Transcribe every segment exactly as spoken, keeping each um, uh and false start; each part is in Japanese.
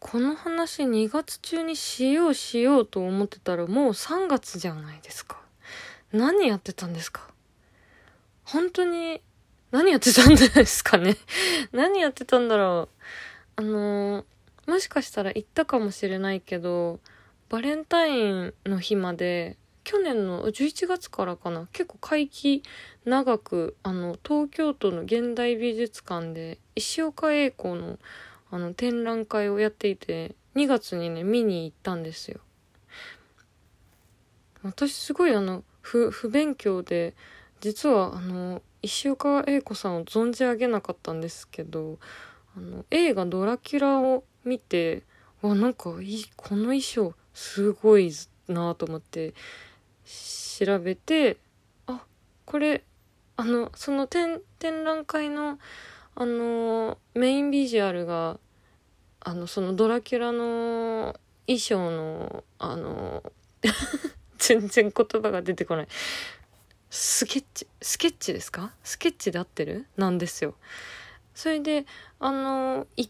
この話にがつ中にしようしようと思ってたらもうさんがつじゃないですか。何やってたんですか？本当に何やってたんですかね何やってたんだろう。あのー、もしかしたら言ったかもしれないけど、バレンタインの日まで去年のじゅういちがつからかな、結構会期長くあの東京都の現代美術館で石岡英子のあの展覧会をやっていて、にがつにね見に行ったんですよ。私すごいあの不不勉強で、実はあの石岡英子さんを存じ上げなかったんですけど、あの映画ドラキュラを見て、わなんかいいこの衣装すごいなと思って調べて、あこれあのその展展覧会のあのメインビジュアルがあのそのドラキュラの衣装のあの全然言葉が出てこない、スケッチスケッチですか？スケッチで合ってる？なんですよ。それであの行って、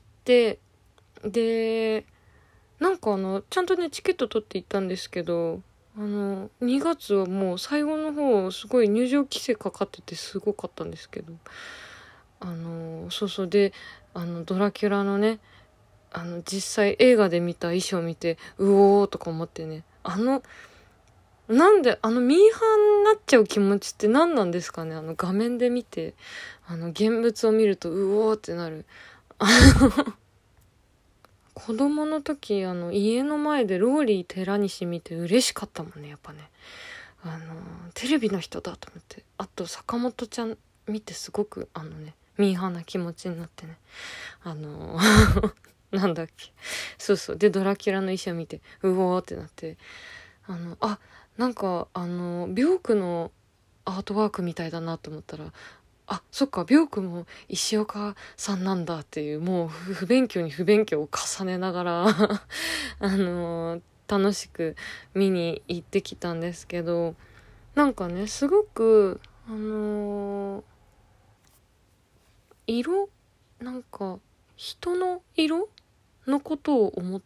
でなんかあのちゃんとねチケット取って行ったんですけど、あのにがつはもう最後の方すごい入場規制かかっててすごかったんですけど、あのそうそうであのドラキュラのねあの実際映画で見た衣装を見てうおーとか思ってね、あのなんであのミーハーになっちゃう気持ちって何なんですかね。あの画面で見てあの現物を見るとうおーってなる。あの子供の時あの家の前でローリー寺西見て嬉しかったもんね、やっぱね。あのテレビの人だと思って、あと坂本ちゃん見てすごくあのねミーハーな気持ちになってね、あのなんだっけ、そうそうでドラキュラの衣装見てうおーってなって、あのあなんかあのビョークのアートワークみたいだなと思ったら、あそっかビョークも石岡さんなんだっていう、もう不勉強に不勉強を重ねながらあの楽しく見に行ってきたんですけど、なんかねすごくあのー、色なんか人の色のことを思って、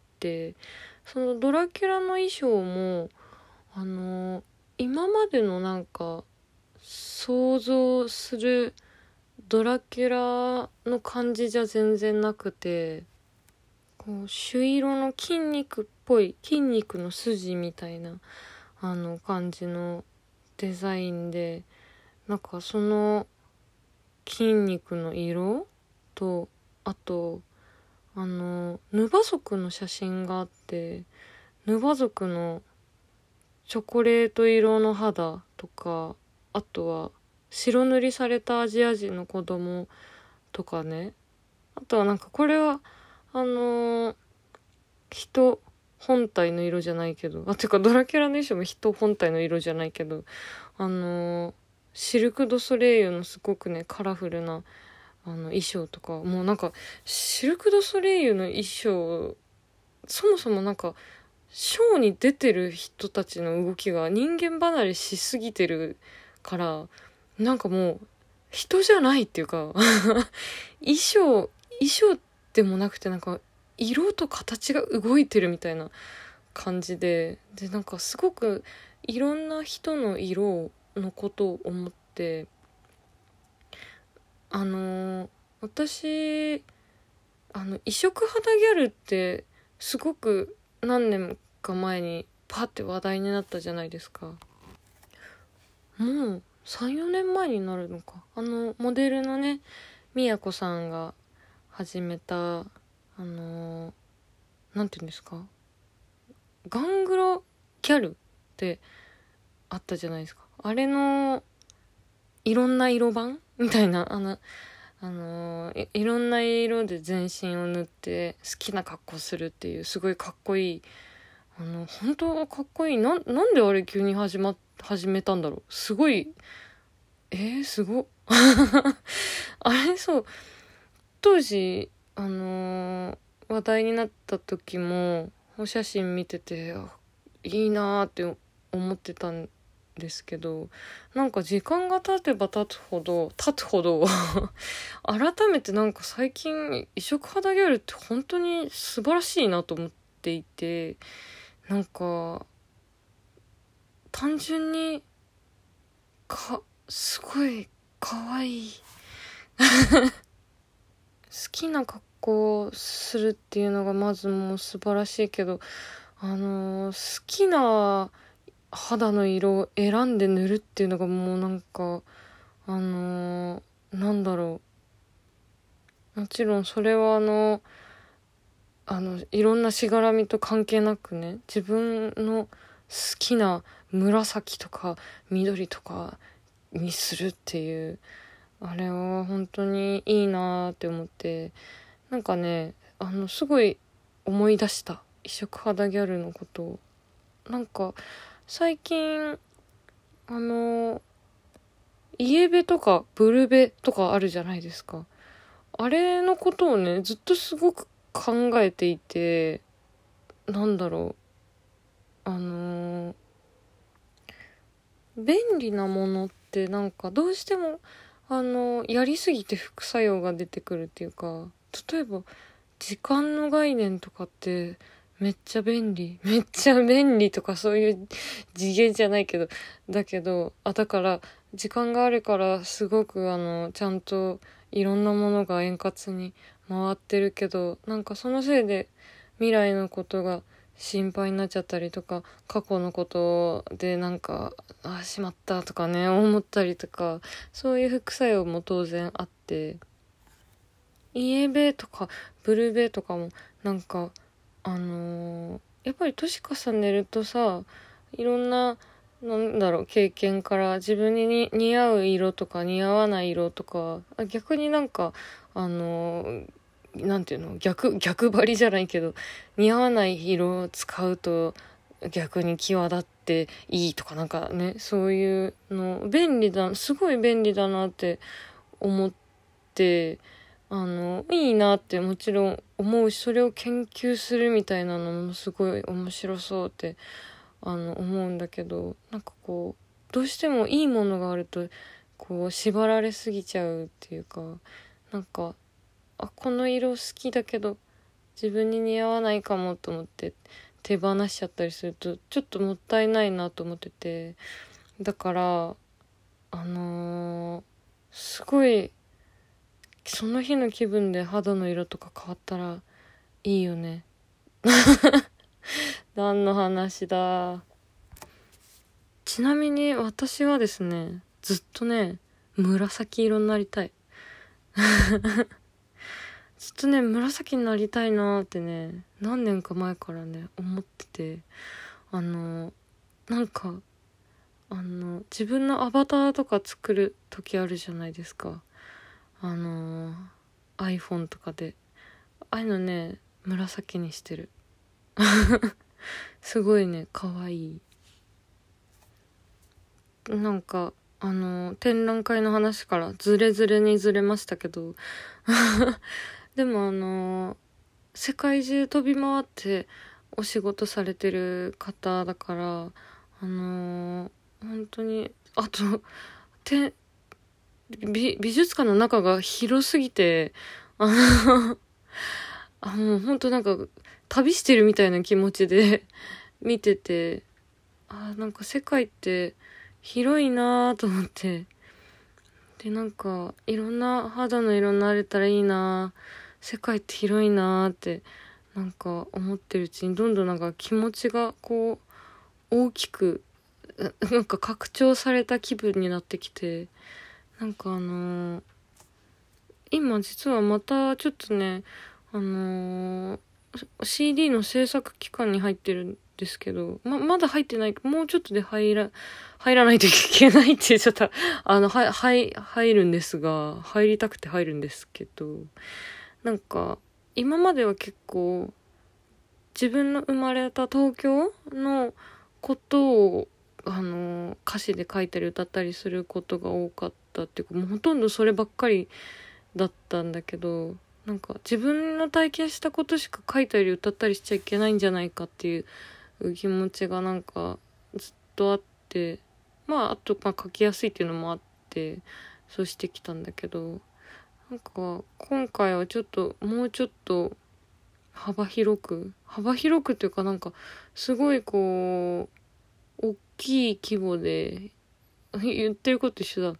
そのドラキュラの衣装もあのー、今までのなんか想像するドラキュラの感じじゃ全然なくて、こう朱色の筋肉っぽい筋肉の筋みたいなあの感じのデザインで、なんかその筋肉の色と、あとあのヌバ族の写真があって、ヌバ族のチョコレート色の肌とか、あとは白塗りされたアジア人の子供とかね、あとはなんかこれはあのー、人本体の色じゃないけど、あてかドラキュラの衣装も人本体の色じゃないけど、あのー、シルク・ドゥ・ソレイユのすごくねカラフルなあの衣装とか、もうなんかシルク・ドゥ・ソレイユの衣装、そもそもなんかショーに出てる人たちの動きが人間離れしすぎてるから、なんかもう人じゃないっていうか衣装衣装でもなくて、なんか色と形が動いてるみたいな感じで、でなんかすごくいろんな人の色のことを思って、あのー、私あの異色肌ギャルってすごく何年か前にパッて話題になったじゃないですか。もうさん、よねんまえになるのか。あのモデルのねみやこさんが始めたあのー、なんていうんですか、ガングロギャルってあったじゃないですか。あれのいろんな色版みたいな、あのあのー、い, いろんな色で全身を塗って好きな格好するっていう、すごいかっこいい、あの本当かっこいい。ななんであれ急に始ま始めたんだろう。すごい、えー、すごあれ、そう当時あのー、話題になった時もお写真見てていいなーって思ってたんですけど、なんか時間が経てば経つほど経つほど改めてなんか最近異色肌ギャルって本当に素晴らしいなと思っていて、なんか単純にかすごい可愛い好きな格好をするっていうのがまずもう素晴らしいけど、あのー好きな肌の色を選んで塗るっていうのがもうなんかあのーなんだろう、もちろんそれはあのあのいろんなしがらみと関係なくね、自分の好きな紫とか緑とかにするっていう、あれは本当にいいなって思って、なんかね、あのすごい思い出した異色肌ギャルのことを。なんか最近あのイエベとかブルベとかあるじゃないですか。あれのことをねずっとすごく考えていて、なんだろう、あの便利なものってなんかどうしてもあのやりすぎて副作用が出てくるっていうか、例えば時間の概念とかってめっちゃ便利めっちゃ便利とかそういう次元じゃないけど、だけどあだから時間があるからすごくあのちゃんといろんなものが円滑に回ってるけど、なんかそのせいで未来のことが心配になっちゃったりとか、過去のことでなんかあしまったとかね思ったりとか、そういう副作用も当然あって、イエベとかブルベとかもなんかあのーやっぱり年重ねるとさ、いろんななんだろう経験から自分にに似合う色とか似合わない色とか、あ逆になんかあのーなんていうの、逆逆張りじゃないけど似合わない色を使うと逆に際立っていいとか、なんかねそういうの便利だ、すごい便利だなって思って、あのいいなってもちろん思うし、それを研究するみたいなのもすごい面白そうってあの思うんだけど、なんかこうどうしてもいいものがあるとこう縛られすぎちゃうっていうか、なんかあこの色好きだけど自分に似合わないかもと思って手放しちゃったりするとちょっともったいないなと思ってて、だからあのーすごいその日の気分で肌の色とか変わったらいいよね。何の話だ。ちなみに私はですね、ずっとね紫色になりたい。ずっとね紫になりたいなーってね何年か前からね思ってて、あのなんかあの自分のアバターとか作る時あるじゃないですか、あの iPhone とかでああいうのね紫にしてる。すごいね可愛い。なんかあの展覧会の話からズレズレにずれましたけどでもあの世界中飛び回ってお仕事されてる方だから、あの本当にあとて美美術館の中が広すぎて、あのあもう本当なんか旅してるみたいな気持ちで見てて、あなんか世界って広いなと思って、でなんかいろんな肌の色になれたらいいな、世界って広いなってなんか思ってるうちにどんどんなんか気持ちがこう大きくなんか拡張された気分になってきて、なんかあのー、今実はまたちょっとねあのー、シーディー の制作期間に入ってるんですけど、ま、まだ入ってない、もうちょっとで入ら、入らないといけないって言っちゃった。あの、は、はい、入るんですが、入りたくて入るんですけど、なんか、今までは結構、自分の生まれた東京のことを、あの、歌詞で書いたり歌ったりすることが多かったっていうか、もうほとんどそればっかりだったんだけど、なんか自分の体験したことしか書いたり歌ったりしちゃいけないんじゃないかっていう気持ちがなんかずっとあって、 まああとまあ書きやすいっていうのもあってそうしてきたんだけど、なんか今回はちょっともうちょっと幅広く幅広くというか、なんかすごいこう大きい規模で言ってること一緒だ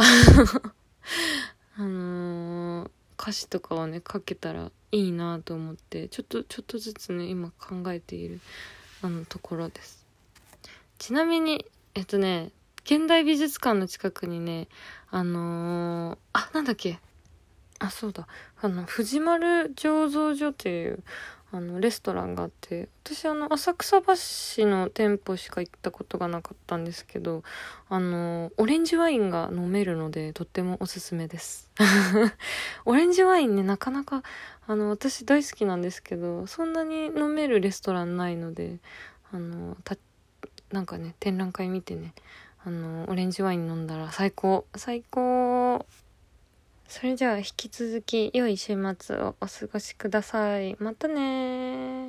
あのー、歌詞とかをね書けたらいいなと思って、ちょっとちょっとずつね今考えているあのところです。ちなみにえっとね現代美術館の近くにねあのー、あなんだっけあそうだあの藤丸醸造所っていうあのレストランがあって、私あの浅草橋の店舗しか行ったことがなかったんですけど、あのオレンジワインが飲めるのでとってもおすすめですオレンジワインねなかなかあの私大好きなんですけど、そんなに飲めるレストランないので、あのたなんかね展覧会見てねあのオレンジワイン飲んだら最高最高。それじゃあ引き続き良い週末をお過ごしください。またねー。